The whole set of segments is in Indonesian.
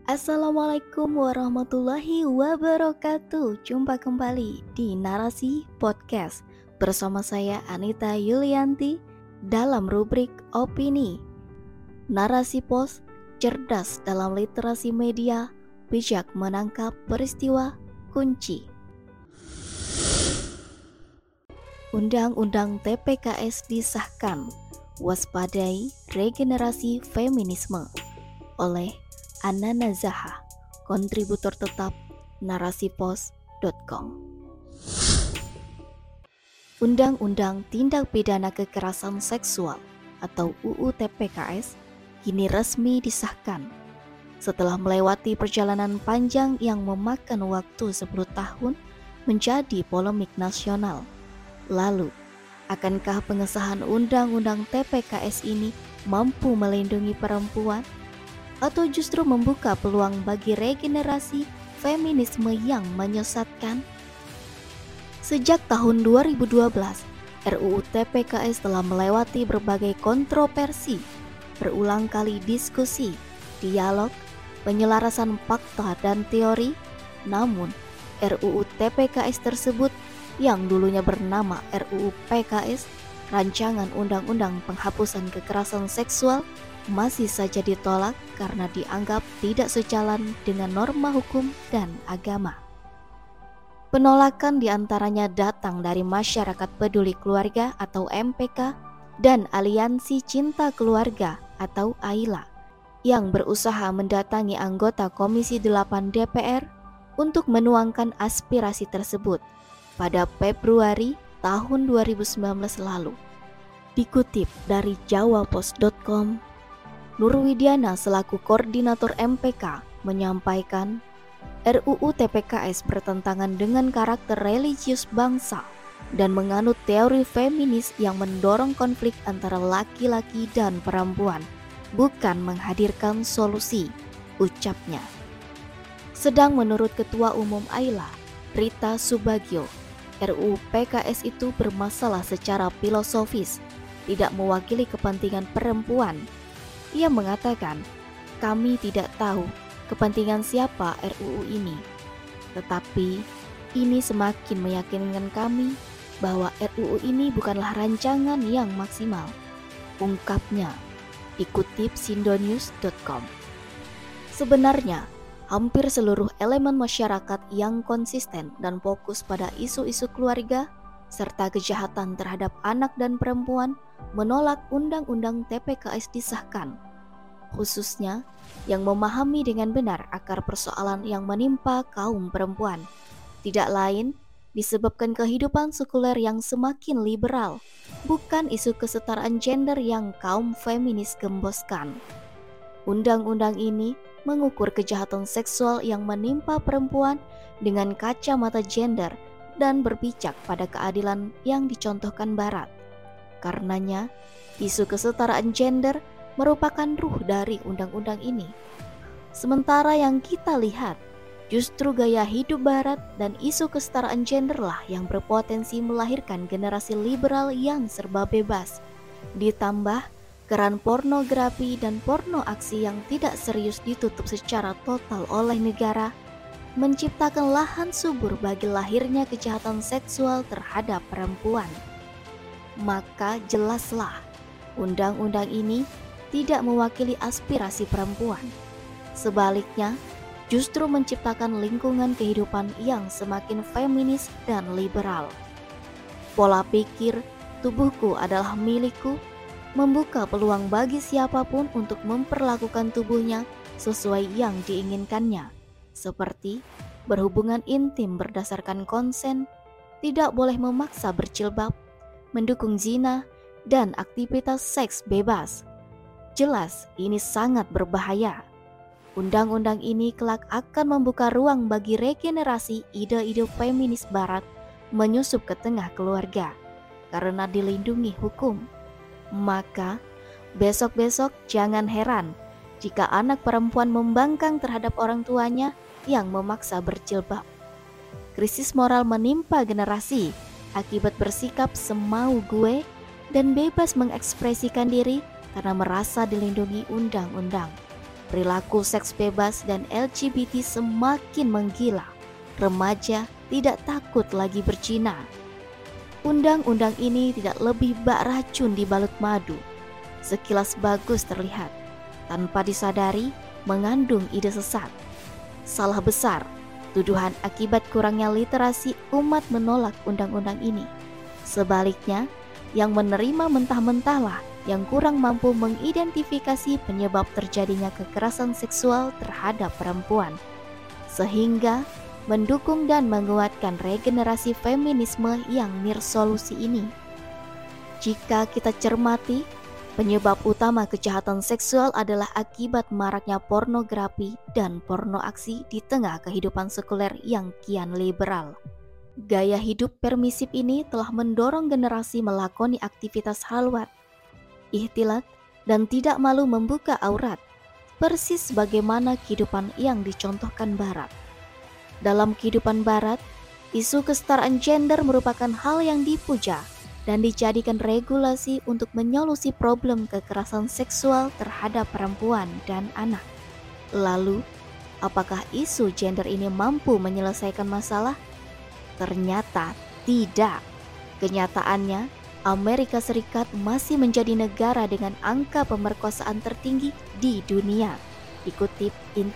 Assalamualaikum warahmatullahi wabarakatuh. Jumpa kembali di Narasi Podcast bersama saya Anita Yulianti dalam rubrik Opini. Narasi Pos, cerdas dalam literasi media, bijak menangkap peristiwa kunci. Undang-Undang TPKS disahkan, waspadai regenerasi feminisme, oleh Anna Nazaha, kontributor tetap narasipos.com. Undang-Undang Tindak Pidana Kekerasan Seksual atau UU TPKS kini resmi disahkan. Setelah melewati perjalanan panjang yang memakan waktu 10 tahun menjadi polemik nasional. Lalu, akankah pengesahan Undang-Undang TPKS ini mampu melindungi perempuan? Atau justru membuka peluang bagi regenerasi feminisme yang menyesatkan? Sejak tahun 2012, RUU TPKS telah melewati berbagai kontroversi, berulang kali diskusi, dialog, penyelarasan fakta dan teori. Namun, RUU TPKS tersebut yang dulunya bernama RUU PKS, Rancangan Undang-Undang Penghapusan Kekerasan Seksual, masih saja ditolak karena dianggap tidak sejalan dengan norma hukum dan agama. Penolakan diantaranya datang dari Masyarakat Peduli Keluarga atau MPK dan Aliansi Cinta Keluarga atau AILA yang berusaha mendatangi anggota Komisi 8 DPR untuk menuangkan aspirasi tersebut pada Februari tahun 2019 lalu. Dikutip dari jawapos.com, Nur Widiana selaku koordinator MPK menyampaikan RUU TPKS bertentangan dengan karakter religius bangsa dan menganut teori feminis yang mendorong konflik antara laki-laki dan perempuan, bukan menghadirkan solusi, ucapnya. Sedang menurut Ketua Umum AILA, Rita Subagio, RUU PKS itu bermasalah secara filosofis, tidak mewakili kepentingan perempuan. Ia mengatakan, kami tidak tahu kepentingan siapa RUU ini, tetapi ini semakin meyakinkan kami bahwa RUU ini bukanlah rancangan yang maksimal, ungkapnya, dikutip sindonews.com. Sebenarnya, hampir seluruh elemen masyarakat yang konsisten dan fokus pada isu-isu keluarga serta kejahatan terhadap anak dan perempuan menolak Undang-Undang TPKS disahkan, khususnya yang memahami dengan benar akar persoalan yang menimpa kaum perempuan. Tidak lain disebabkan kehidupan sekuler yang semakin liberal, bukan isu kesetaraan gender yang kaum feminis gemboskan. Undang-undang ini mengukur kejahatan seksual yang menimpa perempuan dengan kacamata gender dan berpijak pada keadilan yang dicontohkan Barat. Karenanya, isu kesetaraan gender merupakan ruh dari undang-undang ini. Sementara yang kita lihat, justru gaya hidup Barat dan isu kesetaraan genderlah yang berpotensi melahirkan generasi liberal yang serba bebas. Ditambah keran pornografi dan porno aksi yang tidak serius ditutup secara total oleh negara, menciptakan lahan subur bagi lahirnya kejahatan seksual terhadap perempuan. Maka jelaslah, undang-undang ini tidak mewakili aspirasi perempuan. Sebaliknya, justru menciptakan lingkungan kehidupan yang semakin feminis dan liberal. Pola pikir, tubuhku adalah milikku, membuka peluang bagi siapapun untuk memperlakukan tubuhnya sesuai yang diinginkannya, seperti berhubungan intim berdasarkan konsen, tidak boleh memaksa berjilbab, mendukung zina, dan aktivitas seks bebas. Jelas ini sangat berbahaya. Undang-undang ini kelak akan membuka ruang bagi regenerasi ide-ide feminis Barat menyusup ke tengah keluarga karena dilindungi hukum. Maka besok-besok jangan heran jika anak perempuan membangkang terhadap orang tuanya yang memaksa berjilbab. Krisis moral menimpa generasi akibat bersikap semau gue dan bebas mengekspresikan diri karena merasa dilindungi undang-undang. perilaku seks bebas dan LGBT semakin menggila. Remaja tidak takut lagi berzina. Undang-undang ini tidak lebih bak racun dibalut madu. Sekilas bagus terlihat, tanpa disadari mengandung ide sesat. Salah besar, tuduhan akibat kurangnya literasi umat menolak undang-undang ini. Sebaliknya, yang menerima mentah-mentahlah yang kurang mampu mengidentifikasi penyebab terjadinya kekerasan seksual terhadap perempuan, sehingga mendukung dan menguatkan regenerasi feminisme yang nirsolusi ini. Jika kita cermati, penyebab utama kejahatan seksual adalah akibat maraknya pornografi dan porno aksi di tengah kehidupan sekuler yang kian liberal. Gaya hidup permisif ini telah mendorong generasi melakoni aktivitas halwat, ihtilat, dan tidak malu membuka aurat, persis sebagaimana kehidupan yang dicontohkan Barat. Dalam kehidupan Barat, isu kesetaraan gender merupakan hal yang dipuja dan dijadikan regulasi untuk menyolusi problem kekerasan seksual terhadap perempuan dan anak. Lalu, apakah isu gender ini mampu menyelesaikan masalah? Ternyata tidak. Kenyataannya, Amerika Serikat masih menjadi negara dengan angka pemerkosaan tertinggi di dunia, dikutip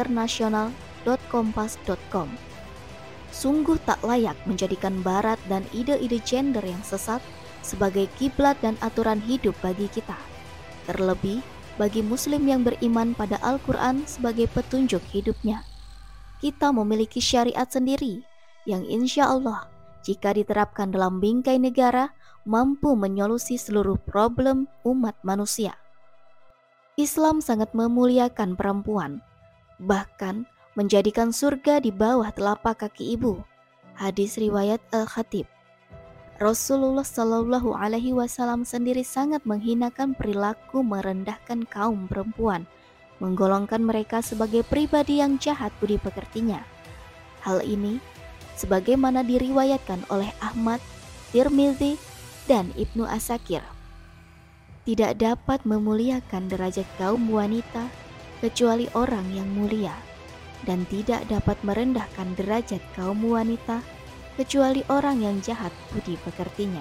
international.kompas.com. Sungguh tak layak menjadikan Barat dan ide-ide gender yang sesat sebagai kiblat dan aturan hidup bagi kita. Terlebih bagi Muslim yang beriman pada Al-Quran sebagai petunjuk hidupnya. Kita memiliki syariat sendiri yang insya Allah jika diterapkan dalam bingkai negara mampu menyolusi seluruh problem umat manusia. Islam sangat memuliakan perempuan, bahkan menjadikan surga di bawah telapak kaki ibu. Hadis riwayat Al-Khatib. Rasulullah Shallallahu Alaihi Wasallam sendiri sangat menghinakan perilaku merendahkan kaum perempuan, menggolongkan mereka sebagai pribadi yang jahat budi pekertinya. Hal ini sebagaimana diriwayatkan oleh Ahmad, Tirmidzi, dan Ibnu Asakir. Tidak dapat memuliakan derajat kaum wanita kecuali orang yang mulia, dan tidak dapat merendahkan derajat kaum wanita kecuali orang yang jahat budi pekertinya.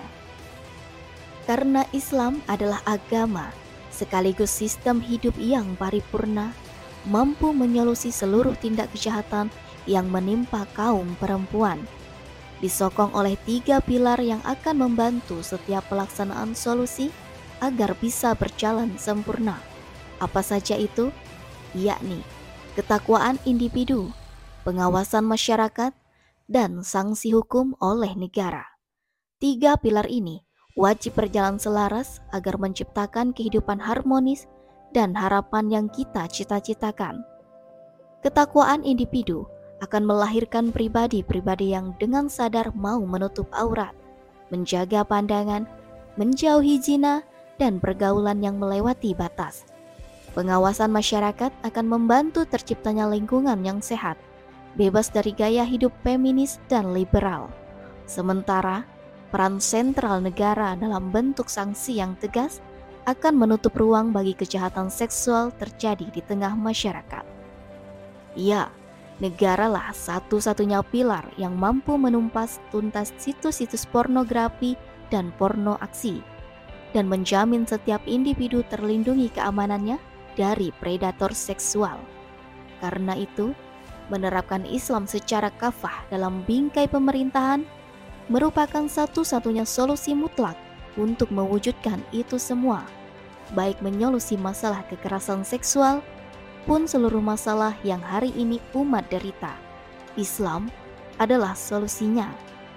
Karena Islam adalah agama sekaligus sistem hidup yang paripurna, mampu menyolusi seluruh tindak kejahatan yang menimpa kaum perempuan, disokong oleh 3 pilar yang akan membantu setiap pelaksanaan solusi agar bisa berjalan sempurna. Apa saja itu? Yakni ketakwaan individu, pengawasan masyarakat, dan sanksi hukum oleh negara. 3 pilar ini wajib berjalan selaras agar menciptakan kehidupan harmonis dan harapan yang kita cita-citakan. Ketakwaan individu akan melahirkan pribadi-pribadi yang dengan sadar mau menutup aurat, menjaga pandangan, menjauhi zina, dan pergaulan yang melewati batas. Pengawasan masyarakat akan membantu terciptanya lingkungan yang sehat, bebas dari gaya hidup feminis dan liberal. Sementara, peran sentral negara dalam bentuk sanksi yang tegas akan menutup ruang bagi kejahatan seksual terjadi di tengah masyarakat. Ya, negaralah satu-satunya pilar yang mampu menumpas tuntas situs-situs pornografi dan porno aksi, dan menjamin setiap individu terlindungi keamanannya dari predator seksual. Karena itu, menerapkan Islam secara kafah dalam bingkai pemerintahan merupakan satu-satunya solusi mutlak untuk mewujudkan itu semua, baik menyolusi masalah kekerasan seksual pun seluruh masalah yang hari ini umat derita. Islam adalah solusinya.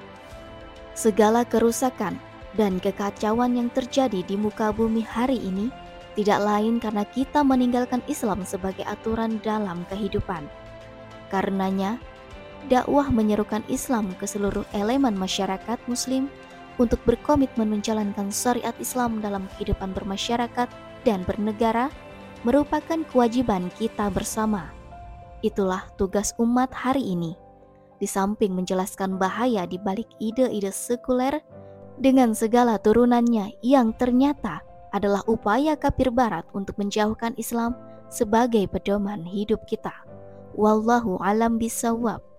Segala kerusakan dan kekacauan yang terjadi di muka bumi hari ini tidak lain karena kita meninggalkan Islam sebagai aturan dalam kehidupan. Karenanya, dakwah menyerukan Islam ke seluruh elemen masyarakat Muslim untuk berkomitmen menjalankan syariat Islam dalam kehidupan bermasyarakat dan bernegara merupakan kewajiban kita bersama. Itulah tugas umat hari ini. Di samping menjelaskan bahaya di balik ide-ide sekuler dengan segala turunannya yang ternyata adalah upaya kafir barat untuk menjauhkan Islam sebagai pedoman hidup kita. Wallahu alam bisawab.